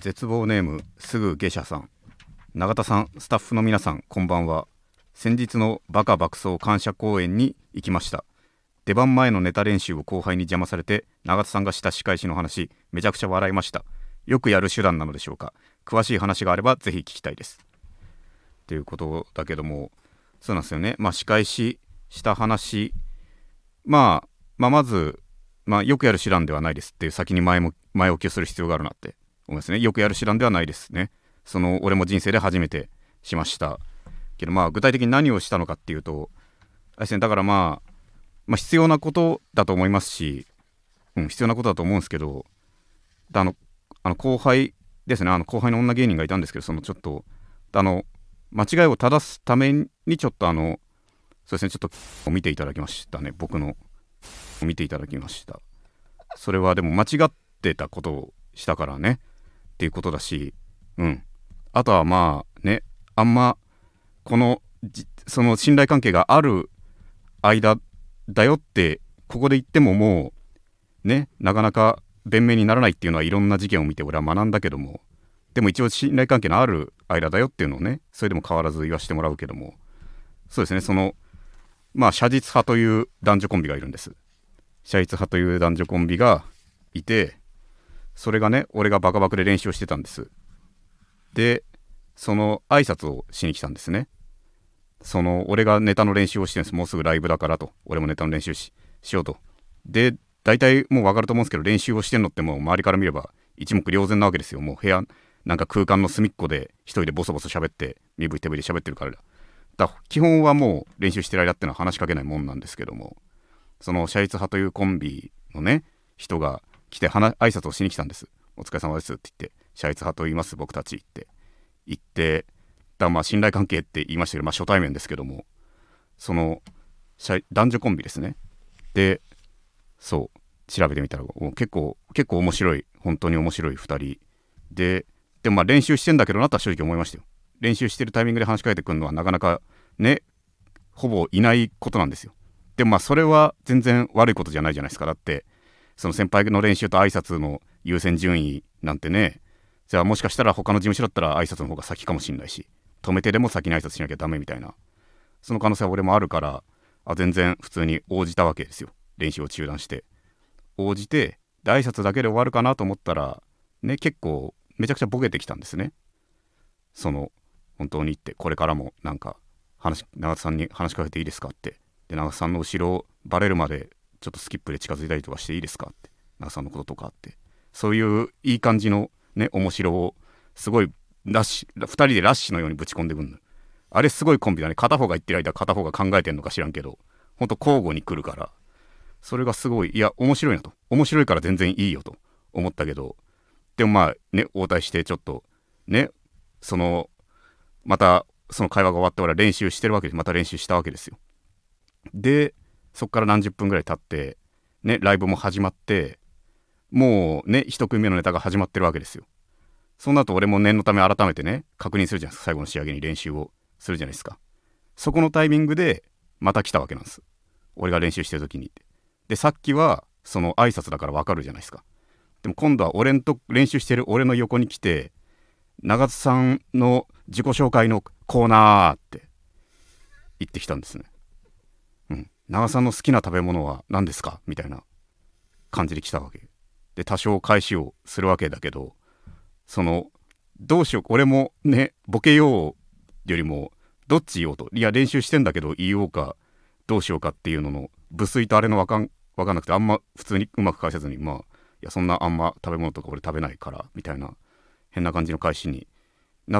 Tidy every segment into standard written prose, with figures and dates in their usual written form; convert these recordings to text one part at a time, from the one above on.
絶望ネームすぐ下車さん、永田さん、スタッフの皆さん、こんばんは。先日のバカ爆走感謝公演に行きました。出番前のネタ練習を後輩に邪魔されて、永田さんがした仕返しの話、めちゃくちゃ笑いました。よくやる手段なのでしょうか。詳しい話があればぜひ聞きたいです。ということだけども、そうなんですよね。仕返しした話、まず、よくやる手段ではないですっていう先に前置きをする必要があるなって思いますね。よくやる手段ではないですね。俺も人生で初めてしましたけど、具体的に何をしたのかっていうと、あれですね、だから必要なことだと思いますし、必要なことだと思うんですけど、後輩ですね、後輩の女芸人がいたんですけど、ちょっと間違いを正すためにちょっとそうですね、ちょっと見ていただきましたね。僕の見ていただきました。それはでも間違ってたことをしたからねっていうことだし、あとはあんまその信頼関係がある間だよってここで言ってももうね、なかなか弁明にならないっていうのはいろんな事件を見て俺は学んだけども、でも一応信頼関係のある間だよっていうのをね、それでも変わらず言わせてもらうけども、そうですね、写実派という男女コンビがいるんです。写実派という男女コンビがいて、それがね、俺がバカバカで練習をしてたんです。で、その挨拶をしに来たんですね。俺がネタの練習をしてるんです。もうすぐライブだからと、俺もネタの練習 しようと。で、大体もう分かると思うんですけど、練習をしてんのってもう周りから見れば一目瞭然なわけですよ。もう部屋なんか空間の隅っこで一人でボソボソ喋って身振り手振り喋ってるから基本はもう練習してる間ってのは話しかけないもんなんですけども、その写実派というコンビのね人が来て挨拶をしに来たんです。お疲れ様ですって言って、写実派と言います僕たちって言って、信頼関係って言いましたけど、初対面ですけども、その男女コンビですね。で、そう調べてみたら結構面白い、本当に面白い2人で、練習してんだけどなとは正直思いましたよ。練習してるタイミングで話しかけてくるのはなかなかね、ほぼいないことなんですよ。でもそれは全然悪いことじゃないじゃないですか。だってその先輩の練習と挨拶の優先順位なんてね、じゃあもしかしたら他の事務所だったら挨拶の方が先かもしれないし、止めてでも先に挨拶しなきゃダメみたいな、その可能性は俺もあるから、全然普通に応じたわけですよ。練習を中断して応じて、で挨拶だけで終わるかなと思ったらね、結構めちゃくちゃボケてきたんですね。本当にって、これからもなんか長田さんに話しかけていいですかって、で長田さんの後ろバレるまでちょっとスキップで近づいたりとかしていいですかって、長田さんのこととかって、そういういい感じのね面白をすごい2人でラッシュのようにぶち込んでくんの。あれすごいコンビだね。片方が言ってる間片方が考えてんのか知らんけど、ほんと交互に来るから、それがすごい、いや面白いなと、面白いから全然いいよと思ったけど、でも応対してちょっとね、またその会話が終わって俺は練習してるわけです。また練習したわけですよ。でそっから何十分ぐらい経ってね、ライブも始まって、もうね一組目のネタが始まってるわけですよ。その後俺も念のため改めてね確認するじゃないですか。最後の仕上げに練習をするじゃないですか。そこのタイミングでまた来たわけなんです、俺が練習してる時に。でさっきはその挨拶だからわかるじゃないですか。でも今度は俺と練習してる俺の横に来て、長津さんの自己紹介のコーナーって言ってきたんですね。長津さんの好きな食べ物は何ですかみたいな感じで来たわけで、多少返しをするわけだけど、どうしよう、俺もねボケようよりもどっち言おうと、いや練習してんだけど言おうかどうしようかっていうのの無粋とあれの分かんなくて、あんま普通にうまく返せずに、いやそんなあんま食べ物とか俺食べないからみたいな変な感じの返しになって、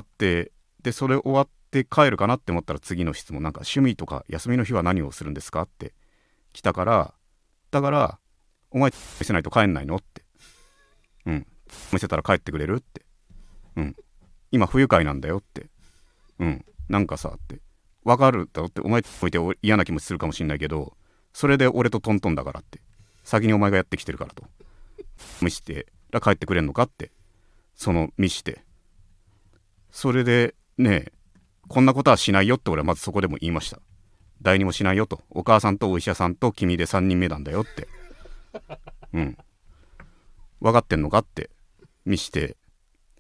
でそれ終わって帰るかなって思ったら次の質問、なんか趣味とか休みの日は何をするんですかって来たから、だからお前見せないと帰んないのって、見せたら帰ってくれるって、今不愉快なんだよって、なんかさって分かるだろって、お前置いて嫌な気持ちするかもしんないけど、それで俺とトントンだからって、先にお前がやってきてるからと、見してら帰ってくれんのかって、見して、それでね、こんなことはしないよって俺はまずそこでも言いました。誰にもしないよと、お母さんとお医者さんと君で3人目なんだよって、分かってんのかって見して、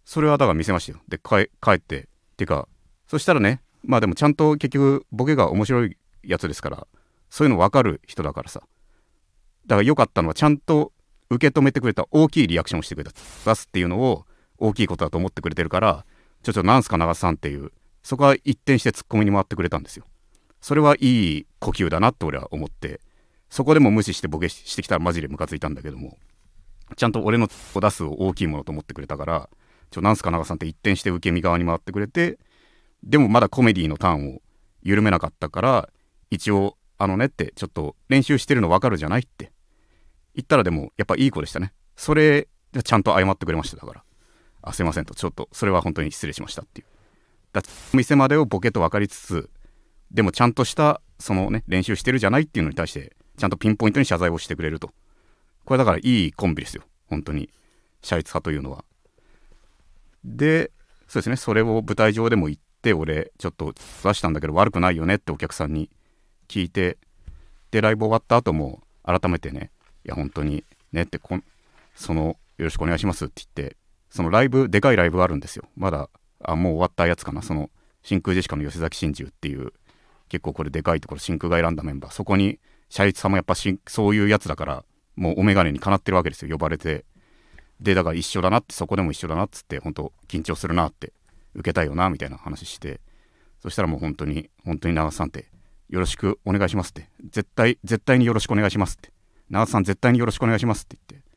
それはだから見せましたよ。で帰ってっていうか、そしたらね、まあでもちゃんと結局ボケが面白いやつですから、そういうの分かる人だからさ、だから良かったのはちゃんと受け止めてくれた、大きいリアクションをしてくれた、出すっていうのを大きいことだと思ってくれてるから、ちょっとなんすか長瀬さんっていう、そこは一転してツッコミに回ってくれたんですよ。それはいい呼吸だなって俺は思って、そこでも無視してボケしてきたらマジでムカついたんだけども、ちゃんと俺の出す大きいものと思ってくれたから、なんすか長瀬さんって一転して受け身側に回ってくれて、でもまだコメディのターンを緩めなかったから、一応ねってちょっと練習してるの分かるじゃないって言ったら、でもやっぱいい子でしたね。それでちゃんと謝ってくれました。だからすいませんと、ちょっとそれは本当に失礼しましたっていう。だ店までをボケと分かりつつ、でもちゃんとしたそのね練習してるじゃないっていうのに対してちゃんとピンポイントに謝罪をしてくれると。これだからいいコンビですよ本当に、シャイツ派というのは。でそうですね、それを舞台上でも言って、俺ちょっと出したんだけど悪くないよねってお客さんに聞いて、でライブ終わった後も改めてね、いや本当にねって、そのよろしくお願いしますって言って、そのライブ、でかいライブがあるんですよ。まだもう終わったやつかな、その真空ジェシカの吉崎真珠っていう結構これでかいところ、真空が選んだメンバー、そこにシャイツさんもやっぱそういうやつだから、もうお眼鏡にかなってるわけですよ、呼ばれて。でだから一緒だなって、そこでも一緒だなっつって、本当緊張するなって、受けたいよなみたいな話して、そしたらもう本当に長瀬さんってよろしくお願いしますって、絶対によろしくお願いしますって、長瀬さん絶対によろしくお願いしますって言って、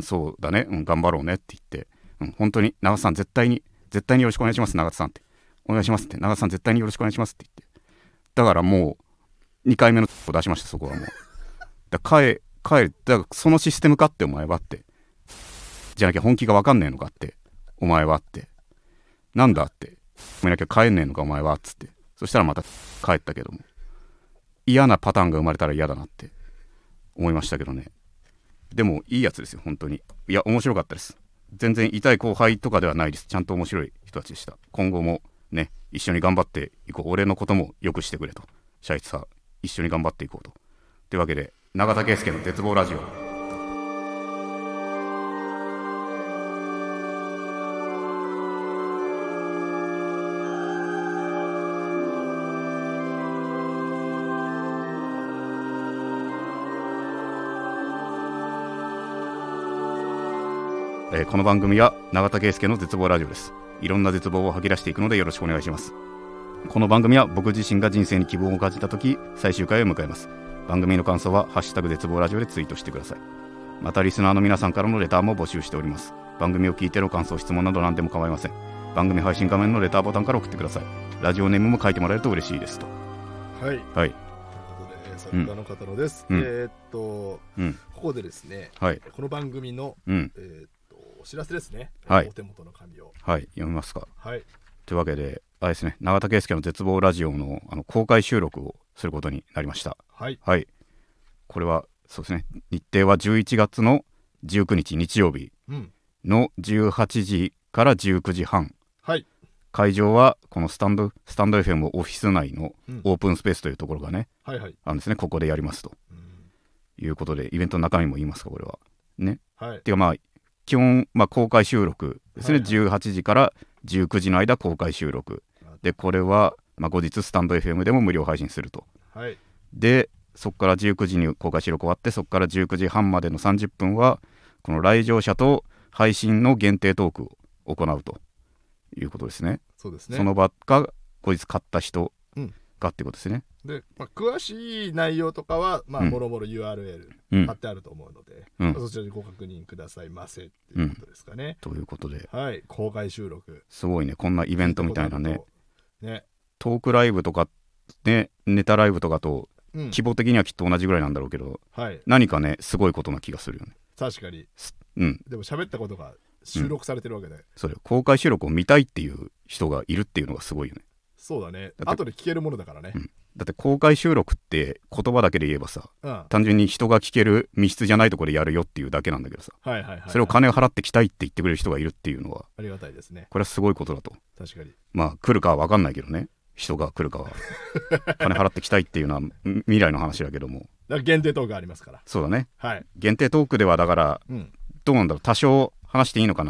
そうだね、頑張ろうねって言って、本当に長瀬さん絶対によろしくお願いします、長瀬さんってお願いしますって、長瀬さん絶対によろしくお願いしますって言って、だからもう2回目のを出しました。そこはもうだ帰る、だからそのシステムかってお前はって、じゃなきゃ本気が分かんねえのかってお前はって、なんだって止めなきゃ帰んねえのかお前はっつって、そしたらまた帰ったけども、嫌なパターンが生まれたら嫌だなって思いましたけどね。でもいいやつですよ本当に。いや面白かったです。全然痛い後輩とかではないです。ちゃんと面白い人たちでした。今後もね一緒に頑張っていこう、俺のこともよくしてくれと、シャイツさ一緒に頑張っていこうと。というわけで、永田圭介の絶望ラジオ。この番組は永田圭介の絶望ラジオです。いろんな絶望を吐き出していくのでよろしくお願いします。この番組は僕自身が人生に希望を感じた時、最終回を迎えます。番組の感想はハッシュタグ絶望ラジオでツイートしてください。またリスナーの皆さんからのレターも募集しております。番組を聞いての感想、質問など何でも構いません。番組配信画面のレターボタンから送ってください。ラジオネームも書いてもらえると嬉しいですと。はいはい。 作家の方のです。ここでですね、この番組のお知らせですね。お手元の紙を読みますか。というわけであれですね、永田圭介の絶望ラジオの公開収録をすることになりました。これはそうですね、日程は11月の19日日曜日の18時から19時半、会場はこのスタンド FM オフィス内のオープンスペースというところがね、あるんですね。ここでやりますということで、イベントの中身も言いますかこれはね。っていうか基本公開収録ですね。18時から19時の間公開収録で、これは後日スタンド FM でも無料配信すると。でそこから19時に公開収録終わって、そこから19時半までの30分はこの来場者と配信の限定トークを行うということですね。 そうですね。 その場が後日買った人がってことですね。 で、詳しい内容とかはもろもろ URL 貼ってあると思うので、そちらでご確認くださいませっていうことですかね。 ということで、 公開収録すごいね、こんなイベントみたいなね、トークライブとかね、ネタライブとかと規模的にはきっと同じぐらいなんだろうけど、何かねすごいことな気がするよね。 確かに。でも喋ったことが収録されてるわけで、 それ公開収録を見たいっていう人がいるっていうのがすごいよね。 そうだね。後で聞けるものだからね。 だって公開収録って言葉だけで言えばさ、単純に人が聞ける密室じゃないところでやるよっていうだけなんだけどさ、それを金を払って来たいって言ってくれる人がいるっていうのはありがたいですね。 これはすごいことだと。 確かに。 来るかは分かんないけどね、人が来るかは金払って来たいっていうのは未来の話だけども、 だから限定トークがありますから。 そうだね。限定トークではだから、どうなんだろう、多少話していいのかな。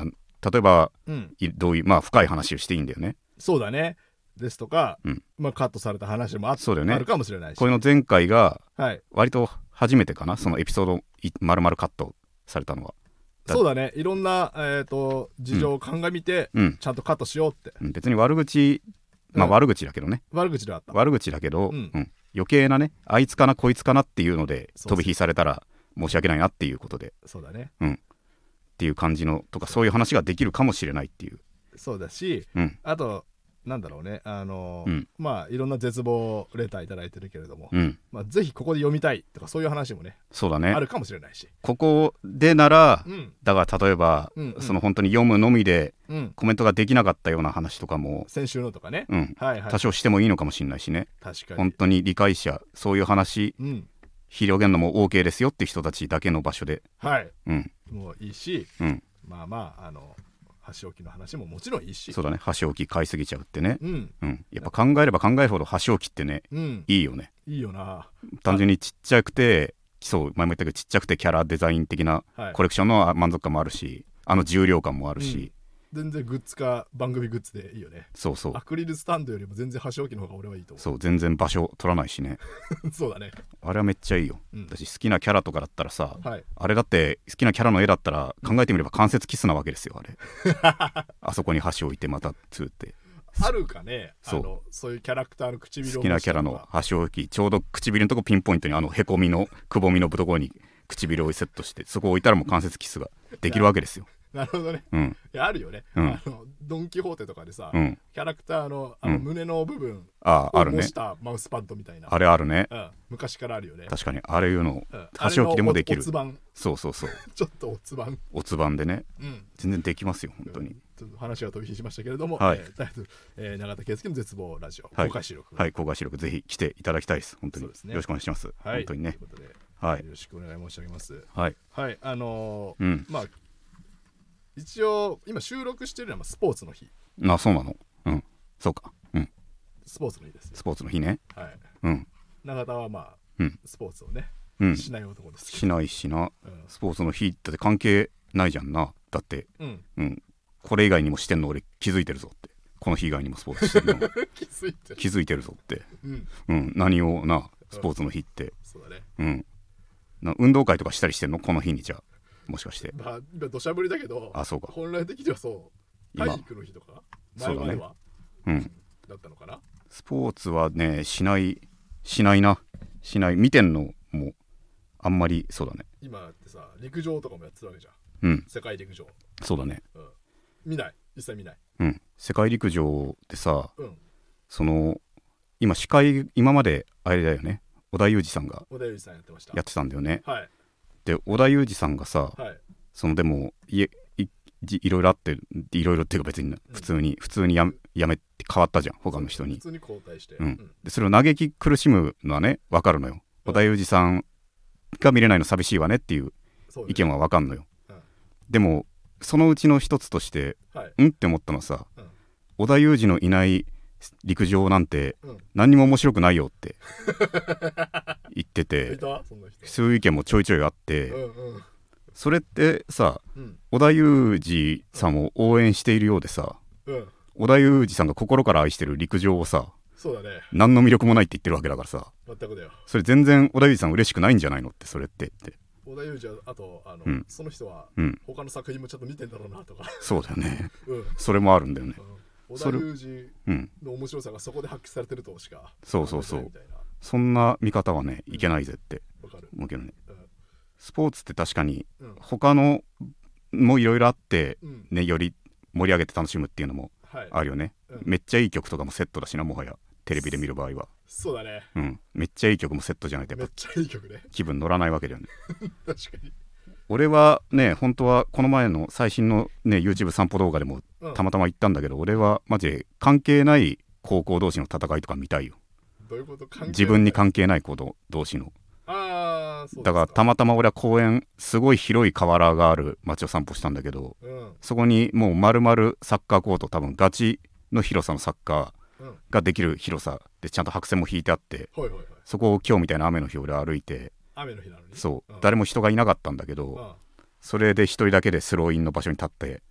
例えば、どういうまあ深い話をしていいんだよね。 そうだね。ですとか、まあ、カットされた話もそうだよね、あるかもしれないし、 これの前回が割と初めてかな、そのエピソード丸々カットされたのは。 そうだね、いろんな、事情を鑑みて、ちゃんとカットしようって、 別に悪口、まあ悪口だけどね、 悪口ではあった、 悪口だけど、余計なね、あいつかなこいつかなっていうので飛び火されたら申し訳ないなっていうことで、 そうだね、 っていう感じのとか、そういう話ができるかもしれないっていう。 そうだし、あとなんだろうね、まあいろんな絶望レターいただいてるけれども、まあ、ぜひここで読みたいとかそういう話もね、 そうだね、 あるかもしれないし、 ここでなら、だから例えば、その本当に読むのみで、コメントができなかったような話とかも先週のとかね、 多少してもいいのかもしれないしね。 確かに本当に理解者、そういう話、広げるのも OK ですよって人たちだけの場所で、 もういいし、まあまあ箸置きの話ももちろんいいし、 そうだね、箸置き買いすぎちゃうってね、やっぱ考えれば考えるほど箸置きってね、いいよね。 いいよな。 単純にちっちゃくて、そう前も言ったけどちっちゃくてキャラデザイン的なコレクションの満足感もあるし、重量感もあるし、 全然グッズか番組グッズでいいよね。 そうそう、 アクリルスタンドよりも全然箸置きの方が俺はいいと思う。 そう、全然場所取らないしねそうだね、あれはめっちゃいいよ、私好きなキャラとかだったらさ、あれだって好きなキャラの絵だったら考えてみれば間接キスなわけですよ、あれあそこに箸置いてまたツーってあるかね、そういうキャラクターの唇を好きなキャラの箸置き、ちょうど唇のとこピンポイントにへこみのくぼみのところに唇をセットして、そこを置いたらもう間接キスができるわけですよ。 なるほどね、いやあるよね、ドン・キホーテとかでさ、キャラクターの胸の部分を模したマウスパッドみたいな、 あれあるね、 昔からあるよね。 確かにあれいうの箸置きでもできる。そうそうそうちょっとおつばんでね、全然できますよ本当に。 ちょっと話が飛び火しましたけれども、永田圭介の絶望ラジオ公開収録、 公開収録ぜひ来ていただきたいです。本当によろしくお願いします。本当にね、 ということでよろしくお願い申し上げます。まあ一応今収録してるのはスポーツの日。 あ、そうなの。そうか。 スポーツの日です。 スポーツの日ね。 永田はまあスポーツをねしない男です。 しないしな。スポーツの日って関係ないじゃんな。だってこれ以外にもしてんの俺気づいてるぞって。この日以外にもスポーツしてるの気づいてるぞって。何をな、スポーツの日って。 そうだね。 運動会とかしたりしてんのこの日に。じゃあもしかして。 まあ今土砂降りだけど、 そうか、 本来的にはそう体育の日とか前まではだったのかな。 スポーツはねしないな。見てんのもあんまり。そうだね。 今ってさ陸上とかもやってるわけじゃん。世界陸上。 そうだね。 見ない、実際見ない。 世界陸上ってさ、その今まであれだよね、織田裕二さんがやってたんだよね。で織田裕二さんがさ、でもいろいろあって、いろいろっていうか別に普通にやめて変わったじゃん、他の人に。 普通に交代して、 でそれを嘆き苦しむのはね分かるのよ。織田裕二さんが見れないの寂しいわねっていう意見は分かんのよ。でもそのうちの一つとして、って思ったのさ、織田裕二のいない陸上なんて何にも面白くないよって言ってて、そういう意見もちょいちょいあって、それってさ、織田裕二さんを応援しているようでさ、織田裕二さんが心から愛してる陸上をさ、何の魅力もないって言ってるわけだからさ、それ全然織田裕二さん嬉しくないんじゃないのって。それって織田裕二はあとその人は他の作品もちゃんと見てんだろうなとか。 そうだよね。それもあるんだよね。 織田裕二の面白さがそこで発揮されてるとしか。 そうそんな見方はねいけないぜって思うけどね。スポーツって確かに他のもいろいろあってね、より盛り上げて楽しむっていうのもあるよね。めっちゃいい曲とかもセットだしな、もはやテレビで見る場合は。 そうだね。 めっちゃいい曲もセットじゃないとやっぱめっちゃいい曲ね、 気分乗らないわけだよね確かに。 俺はね、本当はこの前の最新のね YouTube 散歩動画でもたまたま言ったんだけど、俺はマジで関係ない高校同士の戦いとか見たいよ。 どういうこと？ 自分に関係ない子同士の。だからたまたま俺は公園、すごい広い河原がある街を散歩したんだけど、そこにもう丸々サッカーコート、多分ガチの広さのサッカーができる広さで、ちゃんと白線も引いてあって、そこを今日みたいな雨の日俺歩いて、 雨の日なのにそう、誰も人がいなかったんだけど、それで一人だけでスローインの場所に立って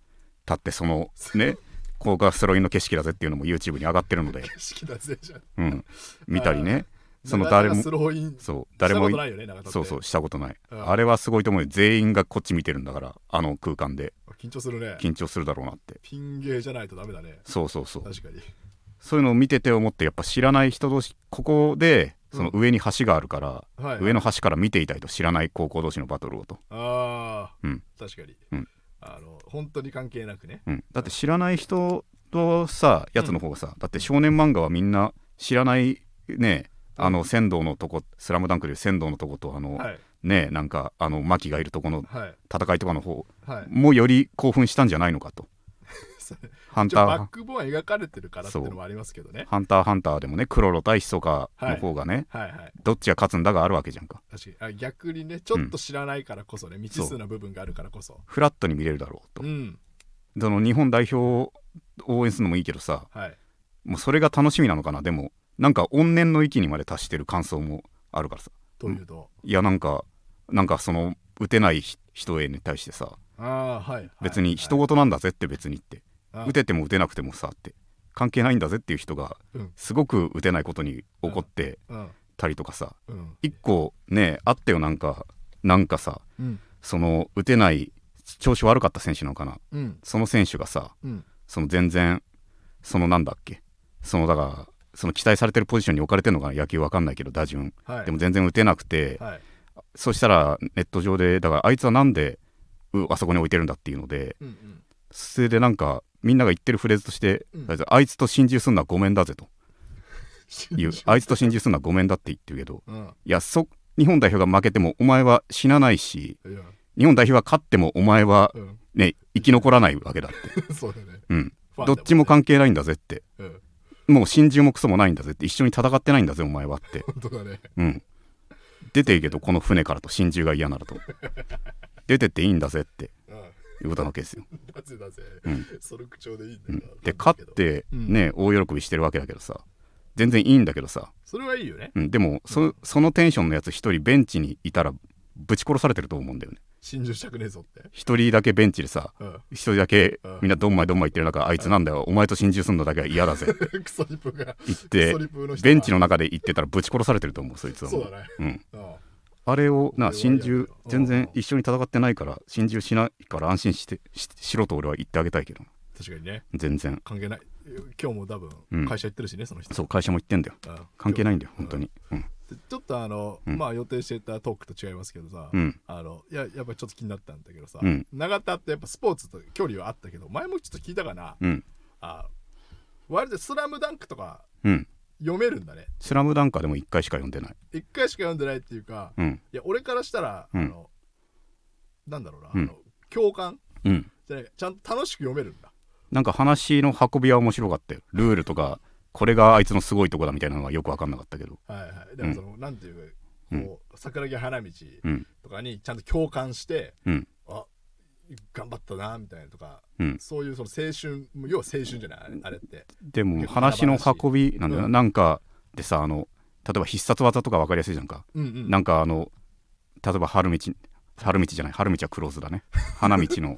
ってそのねここがスロインの景色だぜっていうのも YouTube に上がってるので景色だぜじゃん、 うん、見たりねその誰もそう誰もしたことないよね、 そうしたことない、あれはすごいと思うよ。全員がこっち見てるんだからあの空間で緊張するね。 緊張するだろうなって。 ピン芸じゃないとダメだね。 そう確かにそういうのを見てて思って、やっぱ知らない人同士ここでその上に橋があるから、上の橋から見ていたいと、知らない高校同士のバトルをと。 確かに、本当に関係なくね、 だって知らない人とさやつの方がさ、だって少年漫画はみんな知らないね、仙道のとこ、スラムダンクでいう仙道のとことね、なんかマキがいるとこの戦いとかの方もより興奮したんじゃないのかと。 ハンターバックボーン描かれてるからっていうのもありますけどね。 ハンターでもね、クロロ対ヒソカの方がね、どっちが勝つんだがあるわけじゃんか。 確かに逆にね、ちょっと知らないからこそね、未知数な部分があるからこそフラットに見れるだろうと、その日本代表を応援するのもいいけどさ、もうそれが楽しみなのかな。でもなんか怨念の域にまで達してる感想もあるからさ。 というと、 いやなんかその打てない人へに対してさ、別に人事なんだぜって、別にって打てても打てなくてもさって関係ないんだぜっていう人がすごく打てないことに怒ってたりとかさ、一個ねあったよ。なんかさ、その打てない調子悪かった選手なのかな、その選手がさ、その全然そのなんだっけ、そのだからその期待されてるポジションに置かれてるのかな、野球わかんないけど打順、でも全然打てなくて、そしたらネット上でだからあいつはなんであそこに置いてるんだっていうので、それでなんかみんなが言ってるフレーズとして、あいつと心中すんのはごめんだぜというあいつと心中すんのはごめんだって言ってるけど、いや日本代表が負けてもお前は死なないし、日本代表が勝ってもお前はね、生き残らないわけだってそうだね、 どっちも関係ないんだぜって、もう心中もクソもないんだぜって、一緒に戦ってないんだぜお前はって本当だね、 出ていけと、この船からと、心中が嫌ならと出てっていいんだぜっていうことなわけですよ。 だぜ、その口調でいいんだよ、 で勝ってね、大喜びしてるわけだけどさ、全然いいんだけどさ、 それはいいよね、 でもそのテンションのやつ一人ベンチにいたらぶち殺されてると思うんだよね。 心中したくねえぞって。一人だけベンチでさ、一人だけみんなどんまい言ってる中、あいつなんだよ、お前と心中すんのだけは嫌だぜクソリプが言ってベンチの中で言ってたらぶち殺されてると思う、そいつは。 そうだね、 あれを心中全然一緒に戦ってないから心中しないから安心しろと俺は言ってあげたいけど。 確かにね、 全然関係ない。今日も多分会社行ってるしね、その人。 そう、会社も行ってんだよ、関係ないんだよ本当に。 ちょっとまあ予定してたトークと違いますけどさ、やっぱりちょっと気になったんだけどさ、永田ってやっぱスポーツと距離はあったけど、前もちょっと聞いたかな、割とスラムダンクとか読めるんだね。 スラムダンクはでも1回しか読んでない。 1回しか読んでないっていうか、いや俺からしたらなんだろうな、共感じゃない、ちゃんと楽しく読めるんだ。 なんか話の運びは面白かったよ。ルールとかこれがあいつのすごいとこだみたいなのはよく分かんなかったけど、 でもその、なんていうかこう、桜木花道とかにちゃんと共感して、あ、頑張ったなみたいなとか、そういうその青春、要は青春じゃないあれって。でも話の運びなんだよ、なんかでさ、例えば必殺技とか分かりやすいじゃんか、なんか例えば春道じゃない、春道はクローズだね花道の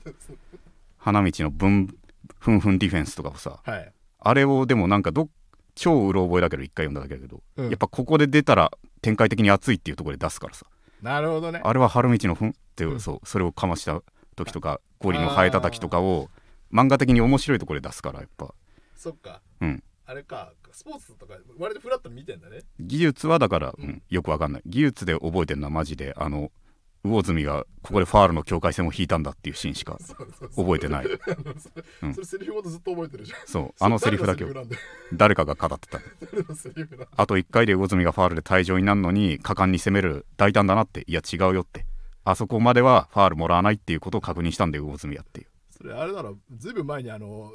ふんふんディフェンスとかをさ、あれをでもなんか超うろ覚えだけど一回読んだだけだけど、やっぱここで出たら展開的に熱いっていうところで出すからさ。 なるほどね。 あれは春道のふんって、それをかました時とかゴリのハエ叩きとかを漫画的に面白いところで出すから、やっぱそっか、あれか、スポーツとか割とフラットに見てんだね。 技術はだから、よくわかんない。技術で覚えてるのはマジで魚住がここでファールの境界線を引いたんだっていうシーンしか覚えてない。 それセリフごとずっと覚えてるじゃん。 そうセリフだけを誰かが語ってた。あと1回で魚住がファールで退場になるのに果敢に攻める大胆だなって。いや違うよって、あそこまではファールもらわないっていうことを確認したんで魚住やっていう。 それあれだろ、ずいぶん前に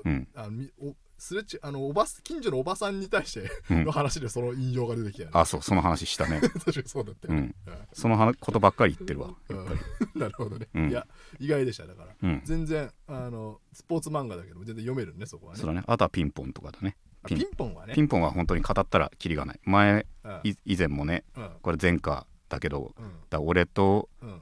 近所のおばさんに対しての話でその引用が出てきたよね。 あ、その話したね。 確かにそうだったよね。 そのことばっかり言ってるわ、やっぱり。なるほどね。いや意外でした。だから全然スポーツ漫画だけど全然読めるね、そこはね。 そうだね。あとはピンポンとかだね。 ピンポンはね。 ピンポンは本当に語ったらキリがない。以前もね、これ前科だけど、俺と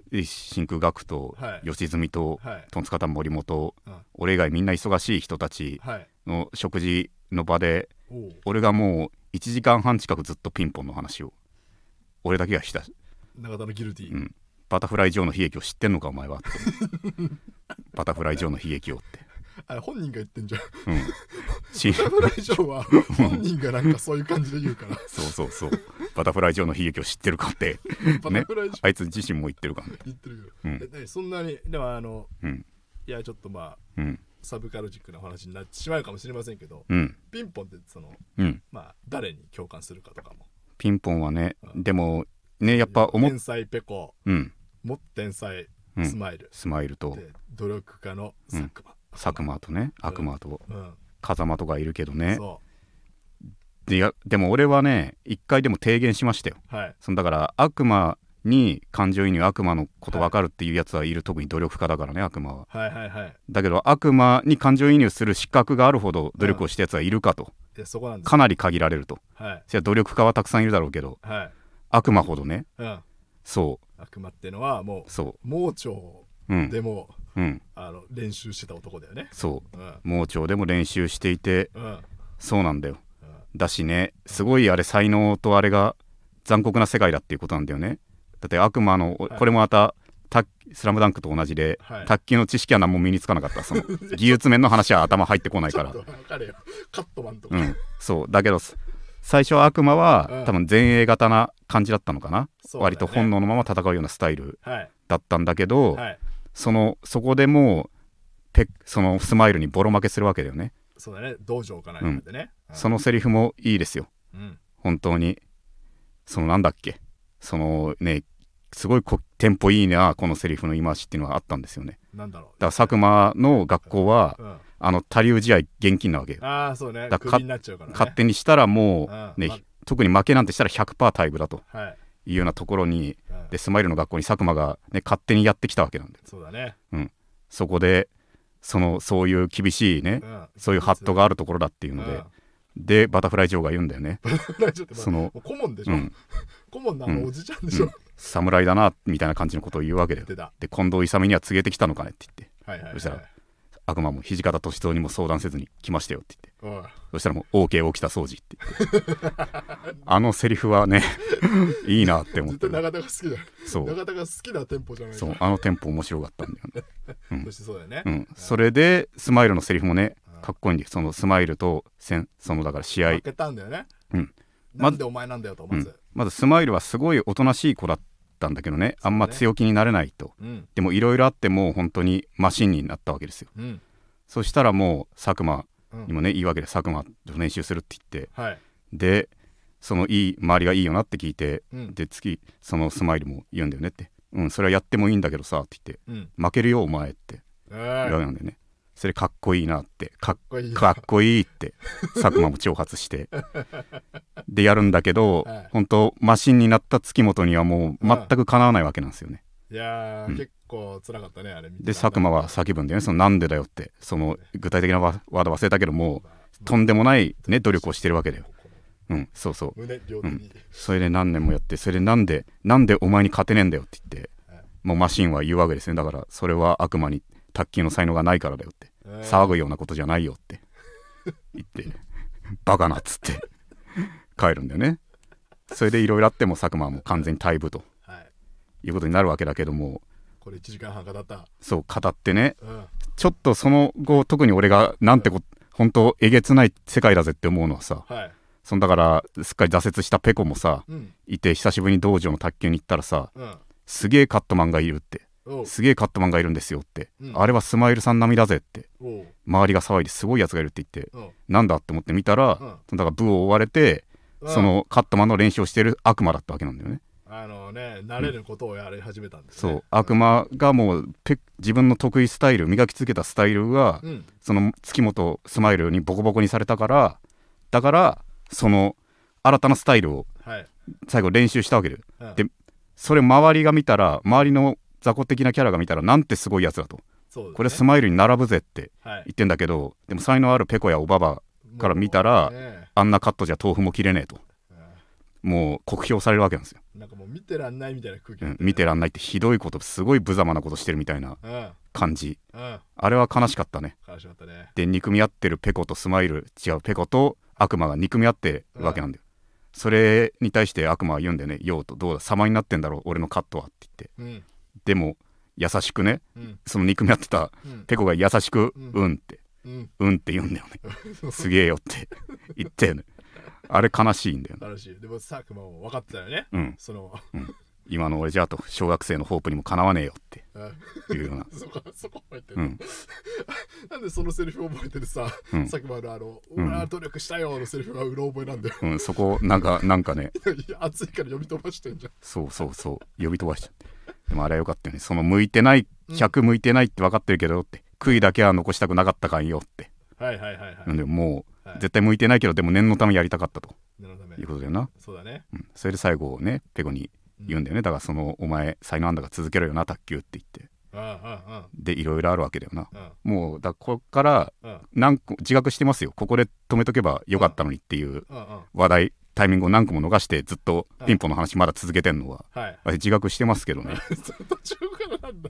真空学と吉住とトンツカタン森本、俺以外みんな忙しい人たちの食事の場で、俺がもう1時間半近くずっとピンポンの話を俺だけがした。 永田のギルティ、 バタフライ上の悲劇を知ってんのかお前はってバタフライ上の悲劇をってあれ本人が言ってんじゃん、バタフライ上は本人がなんかそういう感じで言うからそうバタフライ上の悲劇を知ってるかってね、あいつ自身も言ってるからね。 言ってるよ、そんなにでもいやちょっとまあ、サブカルチックな話になってしまうかもしれませんけど、ピンポンってその、まあ誰に共感するかとかも。 ピンポンはね、でもねやっぱ天才ペコ、も天才スマイルと努力家の佐久間とね、悪魔と風間とかいるけどね。でも俺はね一回でも提言しましたよ、そのだから悪魔に感情移入、悪魔のこと分かるっていうやつはいる、特に努力家だからね悪魔は、だけど悪魔に感情移入する資格があるほど努力をしたやつはいるかと、かなり限られると、努力家はたくさんいるだろうけど、悪魔ほどね、そう悪魔ってのはもう盲腸でも、練習してた男だよね。盲腸でも練習していて、そうなんだよ、だしねすごいあれ才能とあれが残酷な世界だっていうことなんだよね。だって悪魔の、これもまたスラムダンクと同じで、卓球の知識は何も身につかなかった。その技術面の話は頭入ってこないからカットマンとか、 そうだけど最初は悪魔は、多分前衛型な感じだったのかな、割と本能のまま戦うようなスタイルだったんだけど、そこでもうそのスマイルにボロ負けするわけだよね。 そうだね、道場かなんかでね、 そのセリフもいいですよ、本当に。そのなんだっけ、そのねすごいテンポいいなこのセリフの言い回しっていうのはあったんですよね。 なんだろう、 だから佐久間の学校は、他流試合厳禁なわけよ。 そうね、 だからクビになっちゃうからね。 勝手にしたらもう、ね特に負けなんてしたら 100% 退部だというようなところに、でスマイルの学校に佐久間が、ね、勝手にやってきたわけなんで、 そうだね、 そこでそういう厳しいね、そういうハットがあるところだっていうので、でバタフライ嬢が言うんだよね。 その顧問でしょ、顧問のおじちゃんでしょ、 侍だなみたいな感じのことを言うわけだよ。で近藤勇には告げてきたのかねって言って、そしたら悪魔も土方歳三にも相談せずに来ましたよって言って、そしたらもう OK 起きた掃除って言ってあのセリフはねいいなって思って、 絶対永田が好きだよ。永田が好きなテンポじゃない。 そうあのテンポ面白かったんだよね。 そしてそうだよね、 それでスマイルのセリフもねかっこいいんで、そのスマイルとそのだから試合負けたんだよね。なんでお前なんだよとまずスマイルはすごいおとなしい子だったんだけどね、あんま強気になれないと、でもいろいろあってもう本当にマシンになったわけですよ、そしたらもう佐久間にもね、いいわけで佐久間と練習するって言って、でその周りがいいよなって聞いて、で次そのスマイルも言うんだよねって、それはやってもいいんだけどさって言って、負けるよお前って言われるんだよね。それかっこいいなって、かっこいいって佐久間も挑発してでやるんだけど、本当マシンになった月本にはもう全くかなわないわけなんですよね。 いや結構辛かったねあれ見て。 で佐久間は叫ぶんだよね、そのなんでだよって、その具体的なワード忘れたけども、とんでもないね努力をしてるわけだよ。そうそう、それで何年もやって、それでなんでお前に勝てねえんだよって言って、もうマシンは言うわけですね。だからそれは悪魔に卓球の才能がないからだよって、騒ぐようなことじゃないよって言ってバカなっつって帰るんだよね。それでいろいろあっても佐久間はもう完全に退部と、いうことになるわけだけども、 これ1時間半語った。 そう語ってね、ちょっとその後特に俺がなんて本当えげつない世界だぜって思うのはさ、だからすっかり挫折したペコもさ、いて久しぶりに道場の卓球に行ったらさ、すげえカットマンがいるって、すげえカットマンがいるんですよって、あれはスマイルさん並みだぜって、周りが騒いですごいやつがいるって言って、なんだって思って見たら、だから部を追われて、そのカットマンの練習をしている悪魔だったわけなんだよね。 慣れることをやり始めたんですね。 そう悪魔がもう自分の得意スタイル、磨き続けたスタイルが、その月本スマイルにボコボコにされたから、だからその新たなスタイルを最後練習したわけで、でそれ周りが見たら、周りの雑魚的なキャラが見たらなんてすごいやつだと、これスマイルに並ぶぜって言ってんだけど、でも才能あるペコやおばばから見たら、あんなカットじゃ豆腐も切れねえと、 もう酷評されるわけなんですよ。 なんかもう見てらんないみたいな空気、 見てらんないってひどいこと、すごい無様なことしてるみたいな感じ、あれは悲しかったね。 悲しかったね。 で憎み合ってるペコとスマイル、違うペコと悪魔が憎み合ってるわけなんだよ。それに対して悪魔は言うんだよね。ようとどうだ様になってんだろう俺のカットはって言って、でも優しくね、その憎み合ってたペコが優しくってって言うんだよね。すげえよって言ってね。あれ悲しいんだよね。 悲しい。でも佐久間も分かってたよね。その今の俺じゃあと小学生のホープにもかなわねえよっていうようなそこ覚えてる、なんでそのセリフ覚えてるさ、佐久間の俺は努力したよのセリフがうろ覚えなんだよ。 そこなんかね熱いから呼び飛ばしてんじゃん。 そう呼び飛ばしちゃって。でもあれはよかったよね。その向いてない100向いてないって分かってるけどって悔いだけは残したくなかったかんよって。なんでもう絶対向いてないけどでも念のためやりたかったということだよな。 そうだね。 それで最後ねペコに言うんだよね。だからそのお前才能あんだから続けろよな卓球って言って、でいろいろあるわけだよな。もうだこっから何個自覚してますよ。ここで止めとけばよかったのにっていう話題タイミングを何個も逃してずっとピンポンの話まだ続けてんのは自覚してますけどね。 途中からなんだって。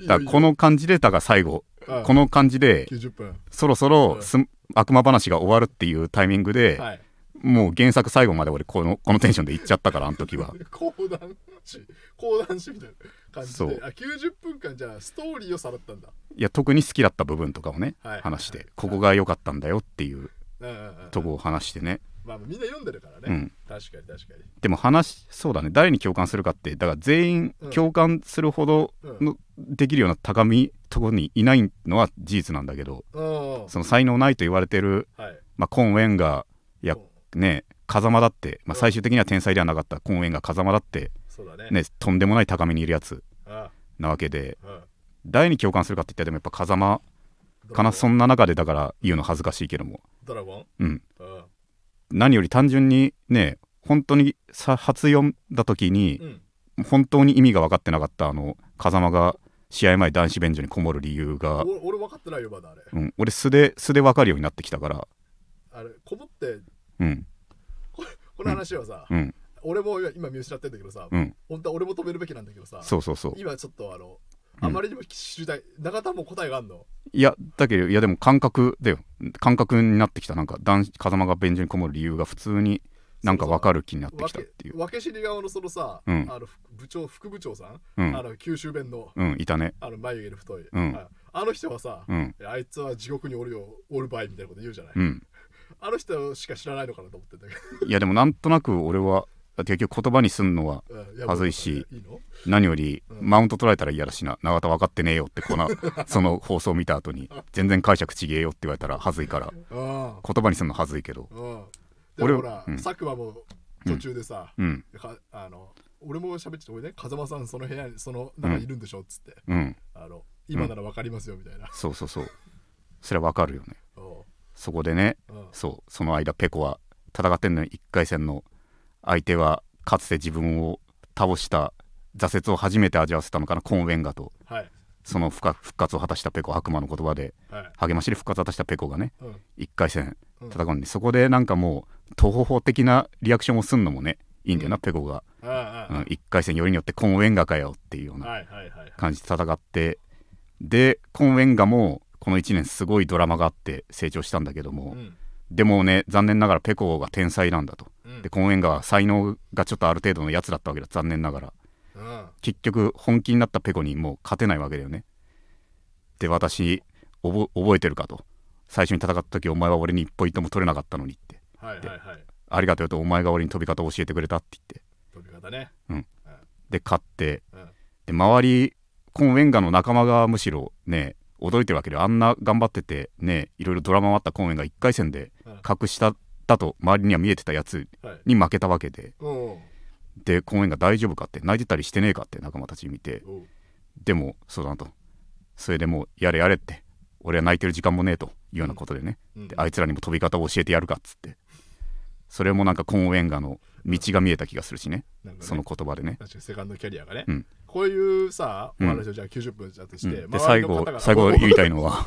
だからこの感じでだから最後この感じでそろそろ悪魔話が終わるっていうタイミングでもう原作最後まで俺このテンションでいっちゃったからあの時は講談師みたいな感じで90分間じゃあストーリーをさらったんだ。 いや特に好きだった部分とかをね話してここが良かったんだよっていうとこを話してね。 まあみんな読んでるからね。確かにでもそうだね。誰に共感するかってだから全員共感するほどのできるような高みところにいないのは事実なんだけど、その才能ないと言われてるコン・ウェンガーやね風間だって、最終的には天才ではなかったコン・ウェンガー風間だってねとんでもない高みにいるやつなわけで、誰に共感するかって言ったらでもやっぱ風間かな。そんな中でだから言うの恥ずかしいけどもドラゴン何より単純にね本当に初読んだ時に、本当に意味が分かってなかった風間が試合前男子便所にこもる理由が俺分かってないよまだあれ。 俺素で分かるようになってきたからあれこもってこの話はさ、俺も今見失ってんだけどさ、本当は俺も止めるべきなんだけどさ、今ちょっとあまりにも知りたい。永田も答えがあんの？ いやだけどでも感覚だよ。感覚になってきた。なんか風間が便所にこもる理由が普通になんか分かる気になってきたっていう。 分け知り側のそのさ、副部長さん、九州弁のいたね。 眉毛の太い、あの人はさ、あいつは地獄におる場合みたいなこと言うじゃない。あの人しか知らないのかなと思ってんだけど。 いやでもなんとなく俺は結局言葉にすんのははずいし、何よりマウント取られたら嫌だしな。永田分かってねえよってその放送見た後に全然解釈ちげえよって言われたらはずいから言葉にすんのはずいけど、 俺ほら佐久間も途中でさ、俺も喋ってて俺ね風間さんその部屋にその中にいるんでしょっつって、今なら分かりますよみたいな。 そうそれは分かるよね。そこでね、その間ペコは戦ってんのに1回戦の相手はかつて自分を倒した挫折を初めて味わわせたのかなコン・ウェンガと、その復活を果たしたペコ、悪魔の言葉で、励ましで復活を果たしたペコがね、1回戦戦うのに、そこでなんかもう東方法的なリアクションをすんのもねいいんだよな、ペコが、1回戦よりによってコン・ウェンガかよっていうような感じで戦って、でコン・ウェンガもこの1年すごいドラマがあって成長したんだけども、でもね残念ながらペコが天才なんだと、でコン・ウェンガは才能がちょっとある程度のやつだったわけだ、残念ながら。結局本気になったペコにもう勝てないわけだよね。で私覚えてるかと、最初に戦った時お前は俺に一ポイントも取れなかったのにって、ありがとうとお前が俺に飛び方を教えてくれたって言って飛び方ね、 で勝って、で周りコン・ウェンガの仲間がむしろね驚いてるわけで、あんな頑張っててねいろいろドラマもあったコン・ウェンガ1回戦で格下だと周りには見えてたやつに負けたわけで、でコン・ウェンガ大丈夫かって泣いてたりしてねえかって仲間たち見て、でもそうだなと、それでもうやれやれって俺は泣いてる時間もねえというようなことでね、であいつらにも飛び方を教えてやるかっつって、それもなんかコン・ウェンガの道が見えた気がするしね、その言葉でね。 確かにセカンドキャリアがね、こういうさお話をじゃあ90分だとして、 で最後言いたいのは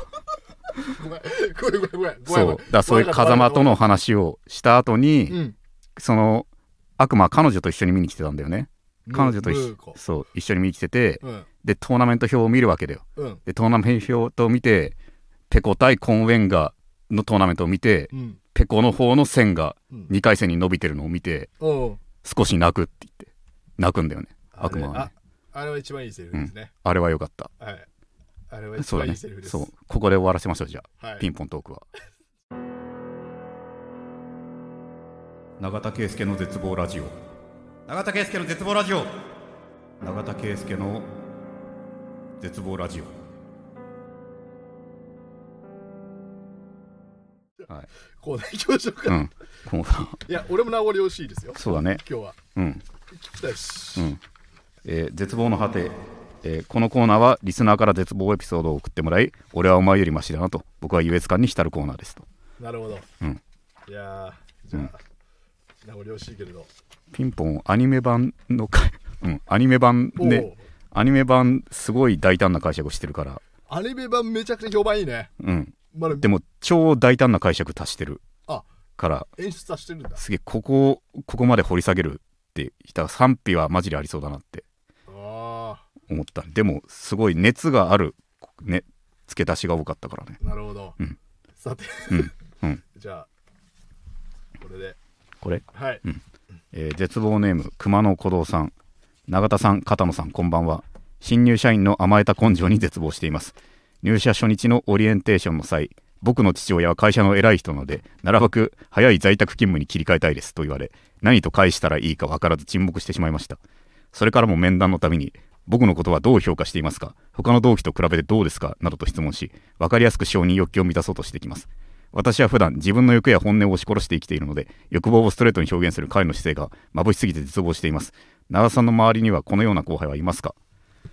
そうだ、そういう風間との話をした後に、その悪魔彼女と一緒に見に来てたんだよね。彼女とそう一緒に見に来てて、でトーナメント表を見るわけだよ、でトーナメント表を見てペコ対コンウェンガのトーナメントを見て、ペコの方の線が2回戦に伸びてるのを見て、少し泣くって言って泣くんだよね、悪魔はね。 あれは一番いいセリフですね、 あれは良かった。 はい、あれは一番いいセリフです。 そう、ここで終わらせましょう。じゃあ、ピンポントークは永田圭介の絶望ラジオ、永田圭介の絶望ラジオ、永田圭介の絶望ラジオ。はい、 コーナー行きましょうか。 コーナー、 いや俺も名残惜しいですよ。 そうだね、 今日は聞きたいし、 絶望の果て、このコーナーはリスナーから絶望エピソードを送ってもらい、俺はお前よりマシだなと僕は優越感に浸るコーナーですと。 なるほど、いやじゃあ、名残惜しいけれどピンポンアニメ版のアニメ版ね、アニメ版すごい大胆な解釈をしてるから。 アニメ版めちゃくちゃ評判いいね。 でも超大胆な解釈足してるから演出足してるんだ。 すげえここまで掘り下げるって人は賛否はマジでありそうだなって思った。でもすごい熱があるね付け足しが多かったからね。 なるほど、さて、じゃあこれはい、 絶望ネーム熊野古道さん、永田さん、片野さん、こんばんは。新入社員の甘えた根性に絶望しています。入社初日のオリエンテーションの際、僕の父親は会社の偉い人なのでなるべく早い在宅勤務に切り替えたいですと言われ、何と返したらいいか分からず沈黙してしまいました。それからも面談のたびに僕のことはどう評価していますか、他の同期と比べてどうですかなどと質問し、分かりやすく承認欲求を満たそうとしてきます。私は普段自分の欲や本音を押し殺して生きているので、欲望をストレートに表現する彼の姿勢が眩しすぎて絶望しています。長田さんの周りにはこのような後輩はいますか？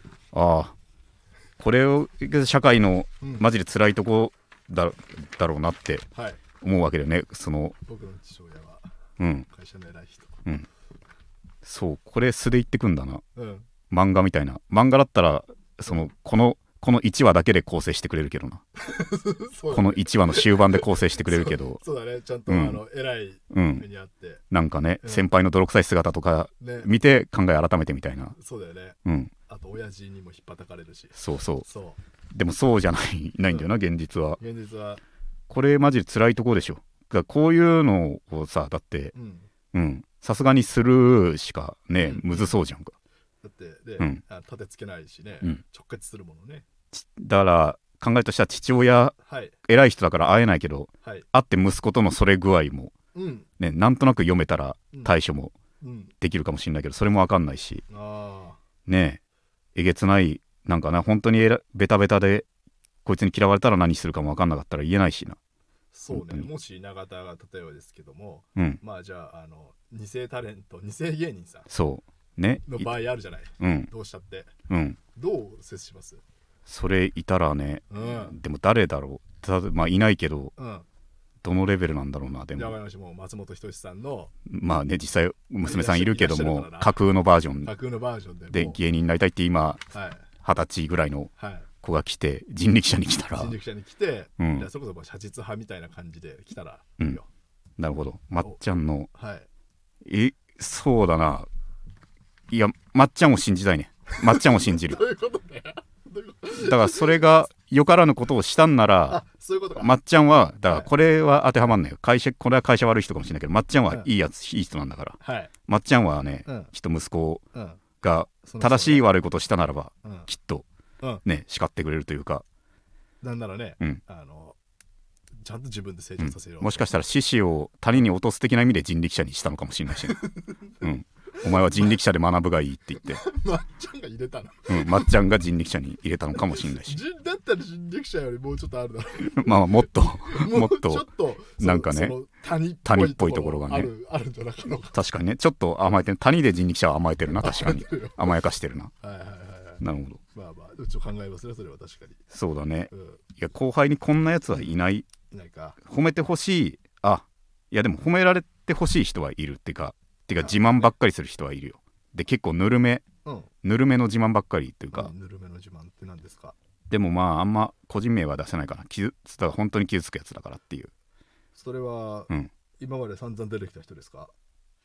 これを社会のマジで辛いとこだろうなって思うわけだよね。 僕の父親は会社の偉い人、 そう、これ素で言ってくんだな、漫画みたいな。漫画だったらこの1話だけで構成してくれるけどなこの1話の終盤で構成してくれるけどそうだね、ちゃんと、偉い目にあって、 なんかね、先輩の泥臭い姿とか見て考え改めてみたいな。 そうだよね、あと親父にも引っ叩かれるし。そうでもそうじゃないんだよな、現実は。これマジで辛いとこでしょ。こういうのをさ、だってさすがにスルーしかね、むずそうじゃんか。 だって立てつけないしね、直結するものね。 だから考えとしては父親、偉い人だから会えないけど、会って息子とのそれ具合も、なんとなく読めたら対処もできるかもしれないけど、それも分かんないし、えげつないなんかな、本当にベタベタでこいつに嫌われたら何するかも分かんなかったら言えないしな。 そうね、もし永田が例えばですけども、まあじゃあ偽タレント、偽芸人さんそうねの場合あるじゃない、どうしたって、どう接します？ それいたらね、でも誰だろう、まあいないけど、どのレベルなんだろうな。でも松本人志さんのまあね、実際娘さんいるけども、架空のバージョンで芸人になりたいって今20歳ぐらいの子が来て、人力車に来たら、 それこそ写実派みたいな感じで来たらいいよ。 なるほど。まっちゃんのそうだな、いやまっちゃんを信じたいね。まっちゃんを信じるどういうことね。 だからそれがよからぬことをしたんなら、まっちゃんはだからこれは当てはまんないよ。これは会社悪い人かもしれないけど、まっちゃんはいいやつ、いい人なんだから、まっちゃんはね、きっと息子が正しい悪いことをしたならば、きっとね叱ってくれるというか、 なんならね、ちゃんと自分で成長させる、 もしかしたら獅子を谷に落とす的な意味で人力車にしたのかもしれないし、お前は人力車で学ぶがいいって言ってまっちゃんが入れたの、 まっちゃんが人力車に入れたのかもしれないしだったら人力車よりもうちょっとあるだろうまあもっとちょっとなんかね、谷っぽいところがねあるんじゃないかな。 確かにね、ちょっと甘えてる。谷で人力車は甘えてるな、確かに甘やかしてるな。なるほど。 まあちょっと考えますね、それは確かに。 そうだね、いや後輩にこんなやつはいないか。褒めてほしい、いやでも褒められてほしい人はいるってか自慢ばっかりする人はいるよ。で結構ぬるめの自慢ばっかりっていうか、 ぬるめの自慢って何ですか？ でもまああんま個人名は出せないかな。だから本当に傷つくやつだからっていう。 それは、今まで散々出てきた人ですか？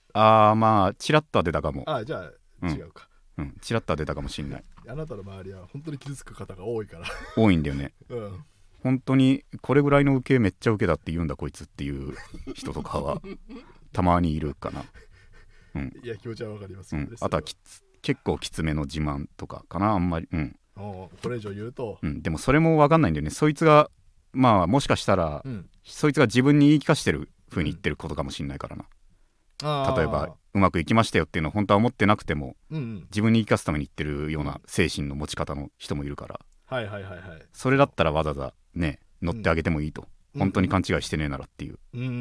まあチラッとは出たかも。 じゃあ違うか。 チラッとは出たかもしんない。 あなたの周りは本当に傷つく方が多いから多いんだよね。本当にこれぐらいの受けめっちゃ受けだって言うんだこいつっていう人とかはたまにいるかな。 いや気持ちはわかります、 あとは結構きつめの自慢とかかな、あんまり。 これ以上言うと、 でもそれも分かんないんだよね。そいつがまあもしかしたら、そいつが自分に言い聞かしてる風に言ってることかもしれないからな。例えばうまくいきましたよっていうのを本当は思ってなくても、自分に言い聞かすために言ってるような精神の持ち方の人もいるから、それだったらわざわざね乗ってあげてもいいと、本当に勘違いしてねえならっていう、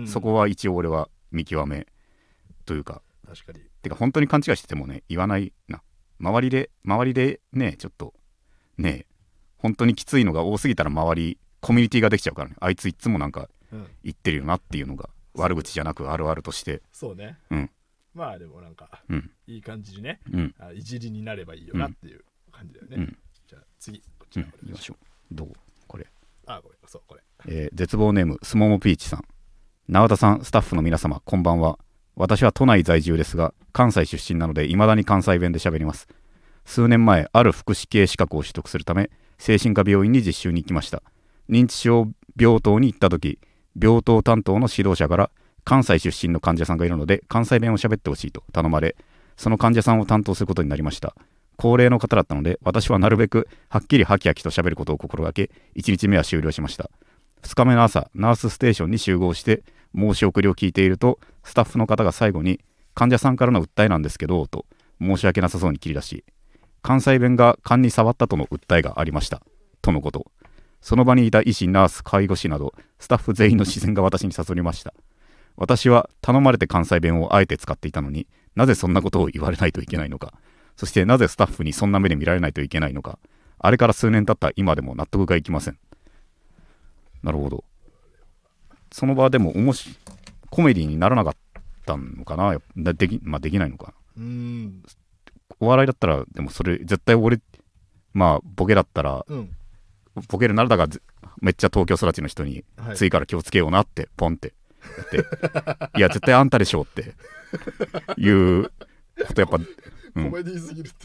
そこは一応俺は見極めというか、 確かにてか本当に勘違いしててもね言わないな。周りでねちょっとね本当にきついのが多すぎたら周りコミュニティができちゃうからね。あいついつもなんか言ってるよなっていうのが悪口じゃなくあるあるとして、 そうね、まあでもなんか、いい感じにね、いじりになればいいよなっていう感じだよね。じゃあ次こちら行きましょう。どうこれ、 ごめん、そうこれ、 絶望ネームすももピーチさん。永田さん、スタッフの皆様こんばんは。私は都内在住ですが関西出身なので未だに関西弁で喋ります。数年前ある福祉系資格を取得するため精神科病院に実習に行きました。認知症病棟に行った時、病棟担当の指導者から関西出身の患者さんがいるので関西弁を喋ってほしいと頼まれ、その患者さんを担当することになりました。高齢の方だったので私はなるべくはっきりハキハキと喋ることを心がけ、1日目は終了しました。2日目の朝、ナースステーションに集合して申し送りを聞いていると、スタッフの方が最後に患者さんからの訴えなんですけどと申し訳なさそうに切り出し、関西弁が勘に触ったとの訴えがありましたとのこと。その場にいた医師、ナース、介護士などスタッフ全員の視線が私に誘りました。私は頼まれて関西弁をあえて使っていたのに、なぜそんなことを言われないといけないのか、そしてなぜスタッフにそんな目で見られないといけないのか、あれから数年経った今でも納得がいきません。なるほど。その場でもコメディにならなかったのかな。できないのかな。お笑いだったら、でもそれ絶対俺ボケだったら、ボケるならだがめっちゃ東京育ちの人に、次から気をつけようなってポンってやっていや絶対あんたでしょっていうことやっぱ、 コメディすぎるって、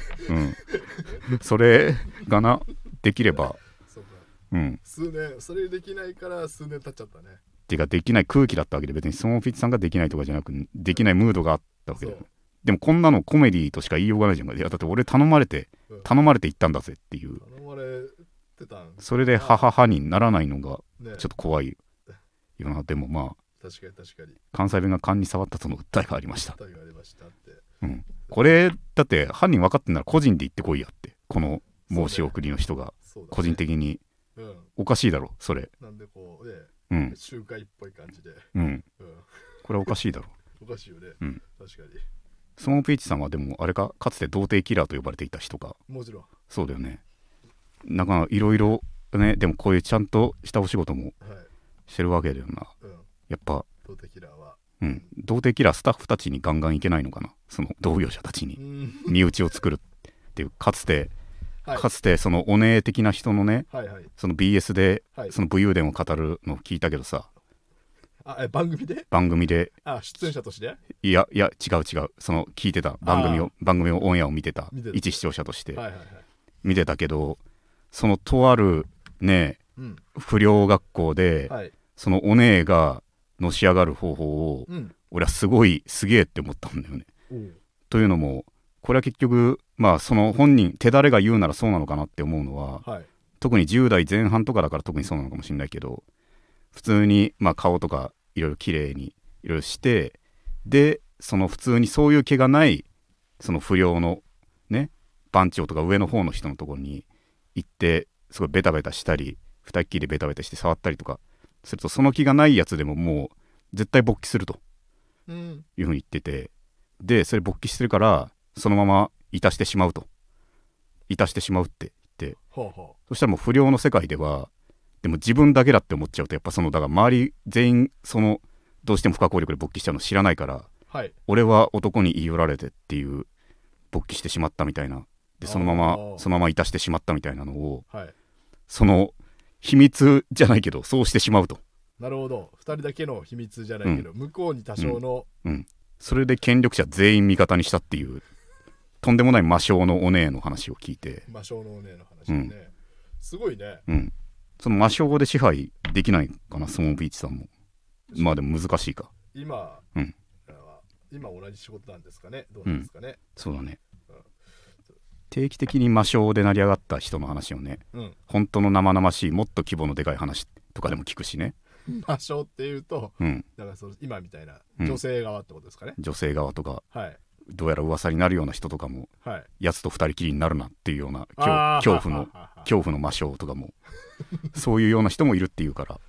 それがなできれば、 数年それできないから数年経っちゃったね。 てかできない空気だったわけで、別にスモーピッチさんができないとかじゃなくできないムードがあったわけで、でもこんなのコメディとしか言いようがないじゃん。いやだって俺頼まれて行ったんだぜっていう、 頼まれてたん、 それでハハハにならないのがちょっと怖いよな。でも確かに関西弁が勘に触ったとの訴えがありました。 訴えがありましたって、 これだって犯人分かってんなら個人で言ってこいやって、この申し送りの人が個人的に、おかしいだろそれ。 なんでこうね、集会っぽい感じで、 これはおかしいだろ。 おかしいよね、確かに。 スモーピーチさんはでもあれか、かつて童貞キラーと呼ばれていた人か。 もちろんそうだよね。なんかいろいろね、でもこういうちゃんとしたお仕事もしてるわけだよな、やっぱ童貞キラーは、 童貞キラースタッフたちにガンガンいけないのかな、その同業者たちに身内を作るっていう。かつてそのお姉的な人のね、その BS でその武勇伝を語るのを聞いたけどさ、 番組で出演者として、 いや違うその聞いてた番組をオンエアを見てた一視聴者として見てたけど、そのとあるね、不良学校で、そのお姉がのし上がる方法を、俺はすげえって思ったんだよね。というのもこれは結局その本人手だれが言うならそうなのかなって思うのは、特に10代前半とかだから特にそうなのかもしれないけど、普通に顔とかいろいろ綺麗にいろいろして、でその普通にそういう気がないその不良のね番長とか上の方の人のところに行ってすごいベタベタしたり二っきりでベタベタして触ったりとかすると、その気がないやつでももう絶対勃起するというふうに言ってて、でそれ勃起してるからそのままいたしてしまうって言ってそしたらもう不良の世界ではでも自分だけだって思っちゃうと、やっぱそのだから周り全員そのどうしても不可抗力で勃起しちゃうの知らないから、俺は男に言い寄られてっていう勃起してしまったみたいな、でそのままいたしてしまったみたいなのを、その秘密じゃないけどそうしてしまうと。 なるほど、2人だけの秘密じゃないけど、向こうに多少の、 それで権力者全員味方にしたっていうとんでもない魔性のお姉の話を聞いて、 魔性のお姉の話ね、すごいね。 その魔性で支配できないかな、スモービーチさんも。まあでも難しいか。 今同じ仕事なんですかね、どうなんですかね。 そうだね、定期的に魔性で成り上がった人の話をね、本当の生々しいもっと規模のでかい話とかでも聞くしね。 魔性っていうと、だからその今みたいな女性側ってことですかね。 女性側とか、どうやら噂になるような人とかも、やつと二人きりになるなっていうような恐怖の魔性とかもそういうような人もいるっていうから、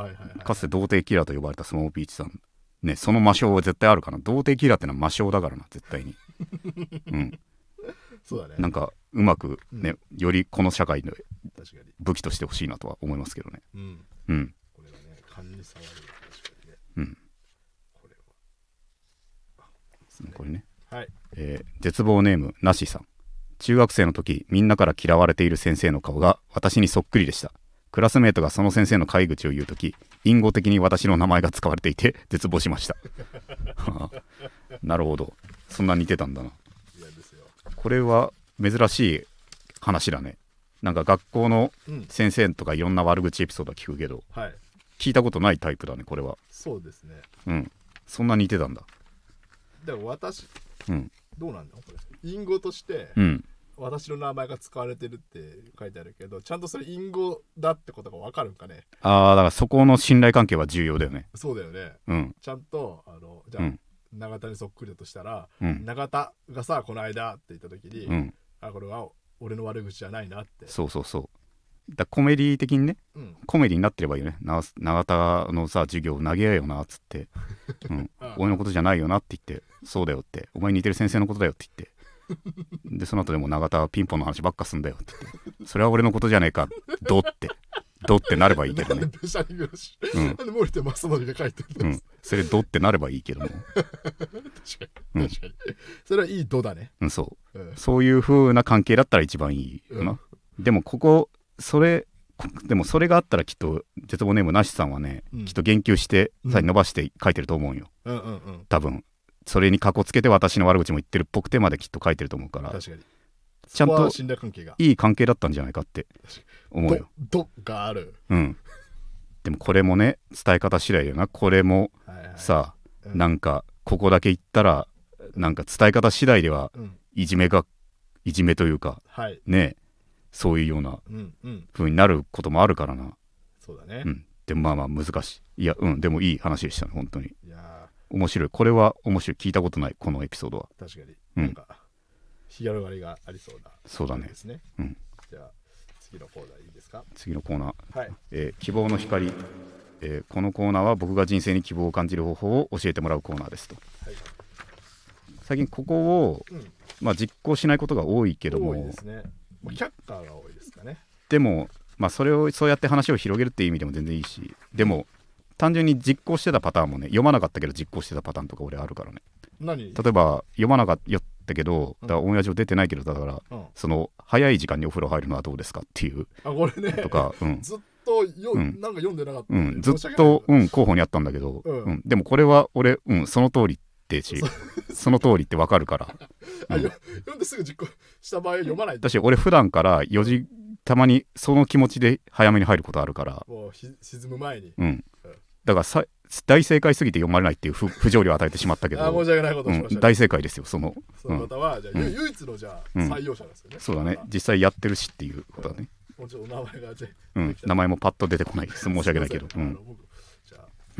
かつて童貞キラーと呼ばれたスモーピーチさんね、その魔性は絶対あるかな。童貞キラーってのは魔性だからな、絶対に。 そうだね。 なんかうまくね、よりこの社会の武器としてほしいなとは思いますけどね。 これはね、勘に触る。確かにね。 これね。絶望ネームなしさん。中学生の時、みんなから嫌われている先生の顔が私にそっくりでした。クラスメートがその先生の陰口を言うとき、隠語的に私の名前が使われていて絶望しましたなるほど、そんな似てたんだな。これは珍しい話だね。なんか学校の先生とかいろんな悪口エピソードは聞くけど、聞いたことないタイプだね、これは。 そうですね。 そんな似てたんだ。 でも私、どうなんだこれ。隠語として、私の名前が使われてるって書いてあるけど、ちゃんとそれ隠語だってことが分かるんかね。 だからそこの信頼関係は重要だよね。 そうだよね。ちゃんとじゃあ、永田にそっくりだとしたら、永田がさこの間って言った時に、これは俺の悪口じゃないなって。 そうだ、コメディ的にね、コメディになってればいいよね。永田のさ授業投げやよなっつって、俺のことじゃないよなって言って、そうだよって、お前に似てる先生のことだよって言ってでその後でも永田はピンポンの話ばっかすんだよって言って、それは俺のことじゃねえかどってなればいいけどね。 なんでべしゃり暮らし、なんで森田正則が書いてるんです、 それどってなればいいけども確かに、それはいいどだね。 そういう風な関係だったら一番いいよな。でもそれがあったらきっと絶望ネームなしさんはね、きっと言及してさ伸ばして書いてると思うよ。多分それにかこつけて私の悪口も言ってるっぽくてまできっと書いてると思うから、 確かにちゃんと信頼関係がいい関係だったんじゃないかって思うよ。 どがある。 でもこれもね、伝え方次第よな。これもさ、なんかここだけ言ったらなんか伝え方次第ではいじめというか、ね、そういうような風になることもあるからな。 そうだね。 でもまあ難しい。いや、でもいい話でしたね、本当に。いや面白い。これは面白い。聞いたことない、このエピソードは。 確かに。なんか広がりがありそうな。 そうだね。 じゃあ次のコーナーいいですか。 次のコーナー、希望の光。このコーナーは僕が人生に希望を感じる方法を教えてもらうコーナーですと。最近ここを、実行しないことが多いけども、 多いですね。却下が多いですかね。 でもそうやって話を広げるっていう意味でも全然いいし、でも単純に実行してたパターンもね、読まなかったけど実行してたパターンとか俺あるからね。例えば読まなかったけど、だからオンエア上出てないけど、だから、その早い時間にお風呂入るのはどうですかっていうこれねとか、 ずっとなんか読んでなかった、 ずっと候補にあったんだけど、でもこれは俺その通りってその通りってわかるから読んですぐ実行した場合は読まない。 私俺普段から4時たまにその気持ちで早めに入ることあるから、 もう沈む前に、 だから大正解すぎて読まれないっていう不条理を与えてしまったけど、 申し訳ないことをしました、 大正解ですよ。その方はじゃあ、唯一のじゃあ採用者ですよね。 そうだね、実際やってるしっていうことだね。 もうちょっとお名前が名前もパッと出てこないです。申し訳ないけど。 じゃ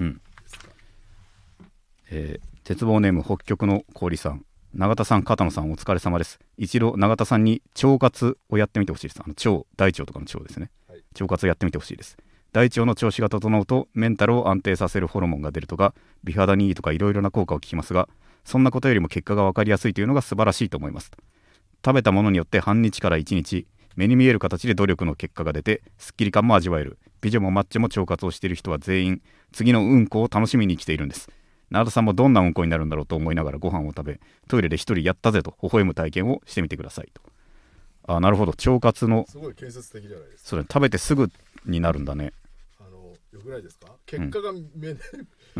あ鉄棒ネーム北極の氷さん。永田さん、片野さん、お疲れ様です。一度永田さんに腸活をやってみてほしいです。大腸とかの腸ですね。腸活をやってみてほしいです。大腸の調子が整うとメンタルを安定させるホルモンが出るとか、美肌にいいとかいろいろな効果を聞きますが、そんなことよりも結果が分かりやすいというのが素晴らしいと思います。食べたものによって半日から1日、目に見える形で努力の結果が出てスッキリ感も味わえる。美女もマッチョも腸活をしている人は全員次のうんこを楽しみに生きているんです。永田さんもどんなうんこになるんだろうと思いながらご飯を食べ、トイレで一人やったぜと微笑む体験をしてみてくださいと。なるほど、腸活のすごい建設的じゃないですか。 それ食べてすぐになるんだね。 よくないですか。結果が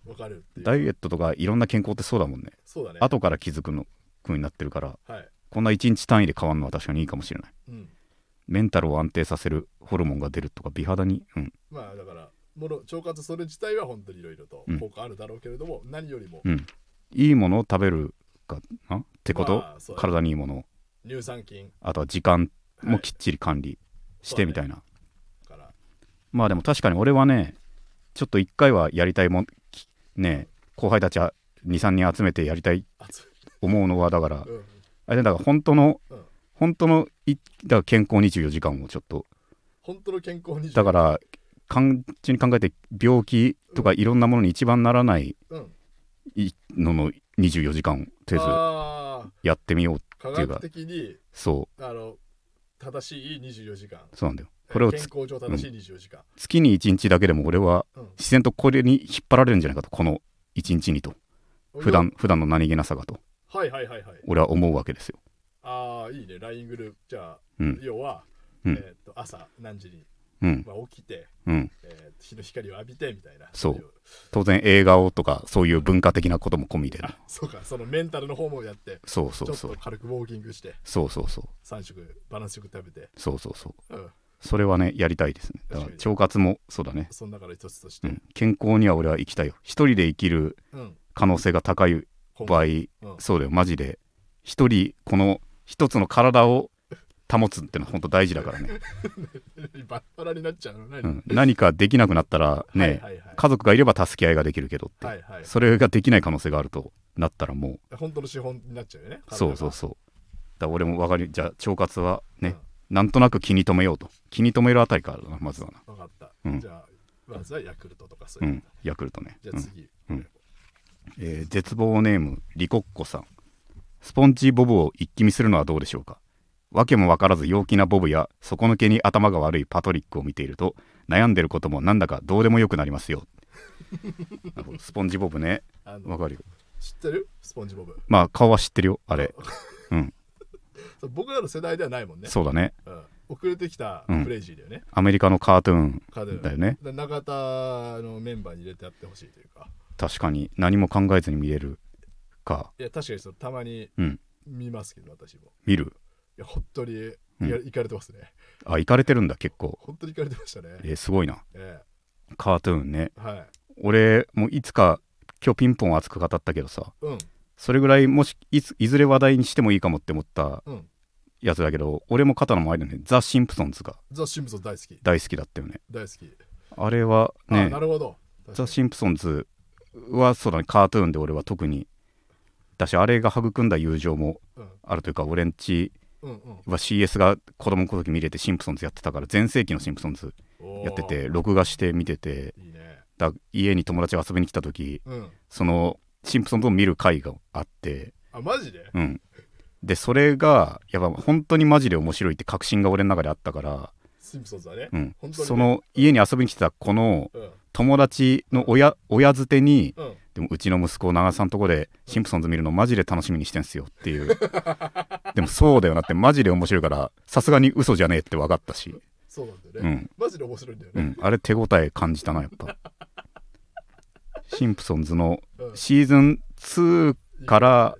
分かるっていう。 ダイエットとかいろんな健康ってそうだもんね。 そうだね。 後から気づくの風になってるから、 はい、 こんな1日単位で変わるのは確かにいいかもしれない、 うん、 メンタルを安定させるホルモンが出るとか美肌に、 まあだから腸活それ自体は本当にいろいろと効果あるだろうけれども、何よりも、 いいものを食べるかなってこと、体にいいもの、 乳酸菌、 あとは時間もきっちり管理してみたいな、まあでも確かに俺はねちょっと一回はやりたいもんね、後輩たちは 2,3 人集めてやりたい思うのはだから、あれだから本当のだから健康24時間をちょっと本当の健康24時間だから単純に考えて病気とかいろんなものに一番ならないのの24時間とりあえずやってみようっていうか、 科学的にそう正しい24時間、 そうなんだよ。これを健康上正しい24時間、 月に1日だけでも俺は自然とこれに引っ張られるんじゃないかと、この1日にと普段の何気なさがと、俺は思うわけですよ。 ああいいね。 LINE グループじゃあ、要は、朝何時に、起きて、日の光を浴びてみたいな、 そう当然映画をとかそういう文化的なことも込みで、 そうか、そのメンタルの方もやって、 そうちょっと軽くウォーキングして、 3 食バランスよく食べて、 それはねやりたいですね。だから腸活もそうだね。 その中の一つとして、 健康には俺は生きたいよ。一人で生きる可能性が高い場合、そうだよマジで一人この一つの体を保つってのは本当大事だからねバラバラになっちゃうの、 何かできなくなったらね、家族がいれば助け合いができるけどって、それができない可能性があるとなったらもう本当の資本になっちゃうよね。 そうだから俺も分かる。じゃあ腸活はね、なんとなく気に留めようと。気に留めるあたりからだな、まずはな。 分かった、じゃあまずはヤクルトとかそういう、 ヤクルトね。 じゃあ次、 絶望ネームリコッコさん。スポンジボブを一気見するのはどうでしょうか。わけも分からず陽気なボブや底抜けに頭が悪いパトリックを見ていると悩んでることもなんだかどうでもよくなりますよスポンジボブね、わかるよ。 知ってる？スポンジボブ。 まあ顔は知ってるよあれ僕らの世代ではないもんね。 そうだね、 遅れてきたクレイジーだよね、 アメリカのカートゥーンだよね。 中田のメンバーに入れてやってほしいというか、 確かに何も考えずに見れるか。 いや確かにたまに見ますけど、私も見る。 いや本当にいかれてますね。 あ、いかれてるんだ結構。 本当にいかれてましたね。 すごいな、カートゥーンね。俺もいつか今日ピンポン熱く語ったけどさ、それぐらいもしいずれ話題にしてもいいかもって思ったやつだけど、俺も肩の前でねザ・シンプソンズがザ・シンプソンズ大好きだったよね。 大好き。 あれはね、 なるほど。 ザ・シンプソンズはそうだね、カートゥーンで俺は特にだし、あれが育んだ友情もあるというか、俺んちは CS が子供の時見れてシンプソンズやってたから、全盛期のシンプソンズやってて録画して見てて、家に友達が遊びに来た時、そのシンプソンズを見る会があって、 マジで？ でそれがやっぱ本当にマジで面白いって確信が俺の中であったから、 シンプソンズはね、 その家に遊びに来てた子の友達の親づてに、でもうちの息子長さんとこでシンプソンズ見るのマジで楽しみにしてんすよっていうでもそうだよなって、マジで面白いからさすがに嘘じゃねえって分かったし、 そうなんだよね、マジで面白いんだよね、 あれ手応え感じたなやっぱシンプソンズのシーズン2から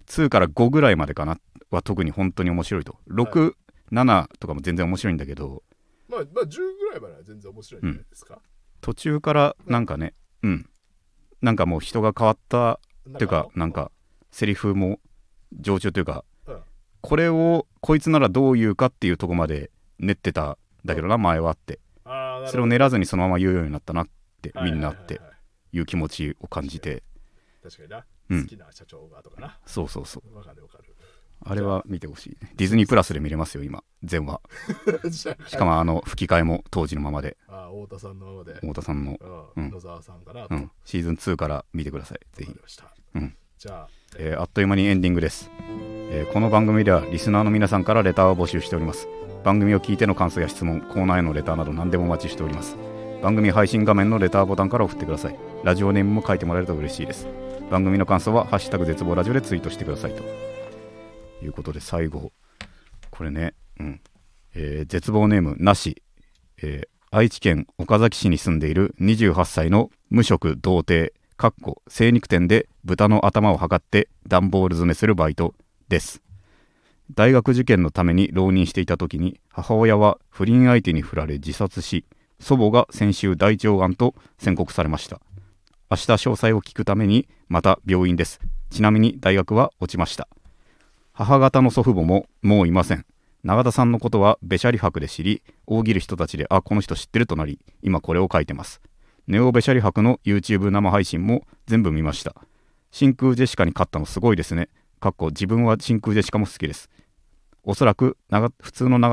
5ぐらいまでかなは特に本当に面白いと。6、7とかも全然面白いんだけど、 まあ10ぐらいまでは全然面白いんじゃないですか、 途中からなんかね、なんかもう人が変わったっていうか、なんかセリフも常駐というか、これをこいつならどう言うかっていうとこまで練ってたんだけどな、前はあって、それを練らずにそのまま言うようになったなってみんなっていう気持ちを感じて、 確かにな、好きな社長がとかな、 そうわかる。 あれは見てほしいね。ディズニープラスで見れますよ今全話しかも吹き替えも当時のままで、 太田さんのままで、 太田さんの野沢さんかな、 シーズン2から見てくださいぜひ。 じゃあっという間にエンディングです。この番組ではリスナーの皆さんからレターを募集しております。番組を聞いての感想や質問、コーナーへのレターなど何でもお待ちしております。番組配信画面のレターボタンから送ってください。ラジオネームも書いてもらえると嬉しいです。番組の感想はハッシュタグ絶望ラジオでツイートしてくださいということで、最後これね、絶望ネームなし、愛知県岡崎市に住んでいる28歳の無職童貞精肉店で豚の頭を測って段ボール詰めするバイトです。大学受験のために浪人していた時に母親は不倫相手に振られ自殺し、祖母が先週大腸がんと宣告されました。明日詳細を聞くためにまた病院です。ちなみに大学は落ちました。母方の祖父母ももういません。永田さんのことはべしゃり博で知り、大喜利人たちでこの人知ってるとなり、今これを書いてます。ネオべしゃり博の YouTube 生配信も全部見ました。真空ジェシカに勝ったのすごいですね。自分は真空ジェシカも好きです。おそらく普通の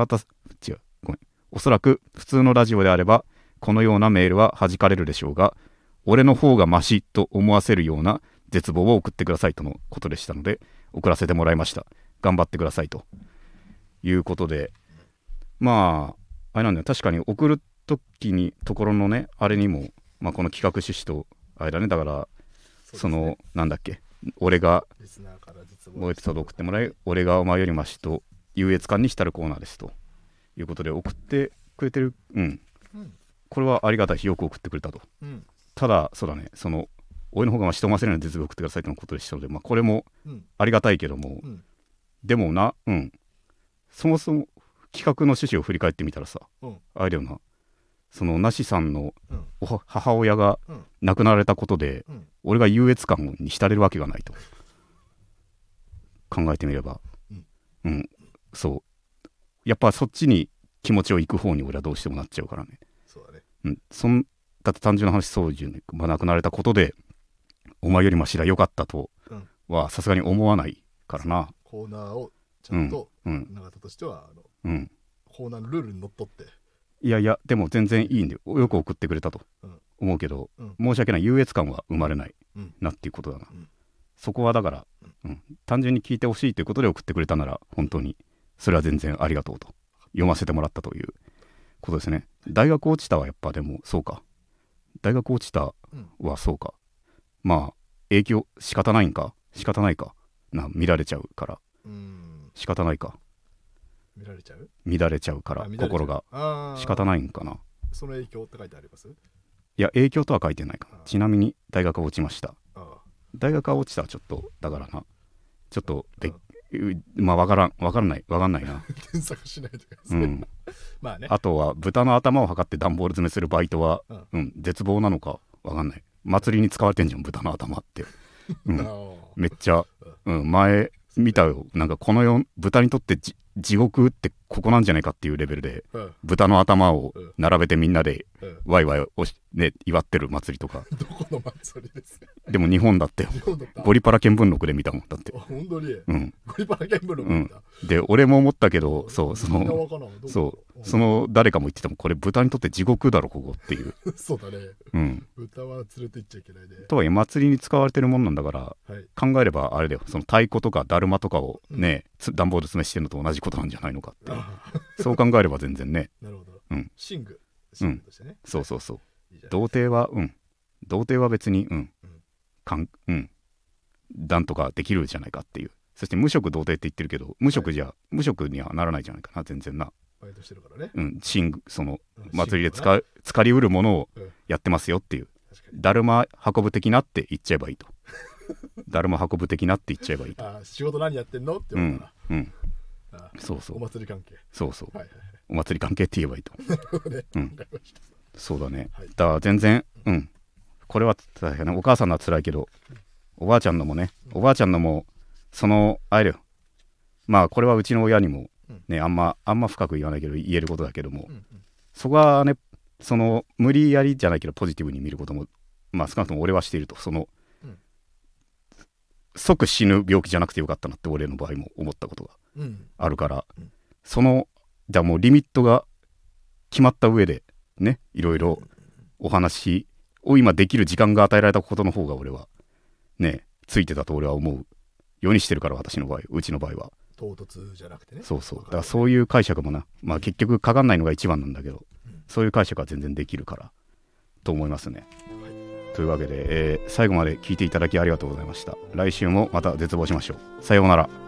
ラジオであればこのようなメールは弾かれるでしょうが、俺の方がマシと思わせるような絶望を送ってくださいとのことでしたので送らせてもらいました。頑張ってくださいということで、まああれなんだよ、確かに送る時にところのねあれにも、この企画趣旨とあれだね、だからそのなんだっけ、俺がリスナーから絶望エピソード送ってもらい、俺がお前よりマシと優越感に浸るコーナーですということで送ってくれてる。これはありがたい、よく送ってくれたと。ただそうだね、その俺の方がマシと思わせるような絶望を送ってくださいとのことでしたので、これもありがたいけども、でもな、そもそも企画の趣旨を振り返ってみたらさ、あれだよな、そのなしさんの母親が亡くなられたことで、俺が優越感に浸れるわけがないと考えてみれば、そうやっぱそっちに気持ちをいく方に俺はどうしてもなっちゃうからね。 そうだね。 だって単純な話、そういう、亡くなられたことでお前よりマシだよかったとはさすがに思わないからな。 コーナーをちゃんと永田としてはコーナーのルールにのっとって、 いやでも全然いいんでよく送ってくれたと思うけど、申し訳ない、優越感は生まれないなっていうことだな。そこはだから、単純に聞いてほしいということで送ってくれたなら本当にそれは全然ありがとうと、読ませてもらったということですね。大学落ちたはやっぱでもそうか、大学落ちたはそうか、影響仕方ないかな、見られちゃうから仕方ないか、乱れちゃうから心が仕方ないんかな。 その影響って書いてあります？いや影響とは書いてないかな。ちなみに大学は落ちました。大学は落ちたはちょっとだからな、ちょっとわかんないな検索しないとかあとは豚の頭を測って段ボール詰めするバイトは、絶望なのかわかんない。祭りに使われてんじゃん豚の頭ってめっちゃ、前見たよ。なんかこの世豚にとって地獄ってここなんじゃないかっていうレベルで、豚の頭を並べてみんなでワイワイ祝ってる祭りとか。 どこの祭りですか？ でも日本だってよ。ゴリパラ見聞録で見たもんだって。 本当に？ゴリパラ見聞録見た。 で俺も思ったけど、その誰かも言ってたもん、これ豚にとって地獄だろここっていうそうだね。豚は連れて行っちゃいけないね。 とはいえ祭りに使われてるもんなんだから、考えればあれだよ、その太鼓とかだるまとかをね、段ボール詰めしてるのと同じことなんじゃないのかってそう考えれば全然ね。 なるほど。 寝具としてね。 そう童貞は別になんとかできるじゃないかっていう。そして無職童貞って言ってるけど、無職にはならないじゃないかな、全然な。 バイトしてるからね。 その祭りで使りうるものをやってますよっていう。だるま運ぶ的なって言っちゃえばいいと。だるま運ぶ的なって言っちゃえばいいと。 仕事何やってんのって言われたら、お祭り関係。お祭り関係って言えばいいと。そうだね。だから全然これはお母さんのは辛いけど、おばあちゃんのもそのあれよ、これはうちの親にもね、あんま深く言わないけど言えることだけども、そこはね、その無理やりじゃないけどポジティブに見ることも少なくとも俺はしていると。その即死ぬ病気じゃなくてよかったなって俺の場合も思ったことがあるから、じゃあもうリミットが決まった上でね、いろいろお話を今できる時間が与えられたことの方が俺はねついてたと俺は思うようにしてるから、うちの場合は唐突じゃなくてね。 だからそういう解釈もな、結局かかんないのが一番なんだけど、そういう解釈は全然できるからと思いますね。というわけで、最後まで聞いていただきありがとうございました。来週もまた絶望しましょう。さようなら。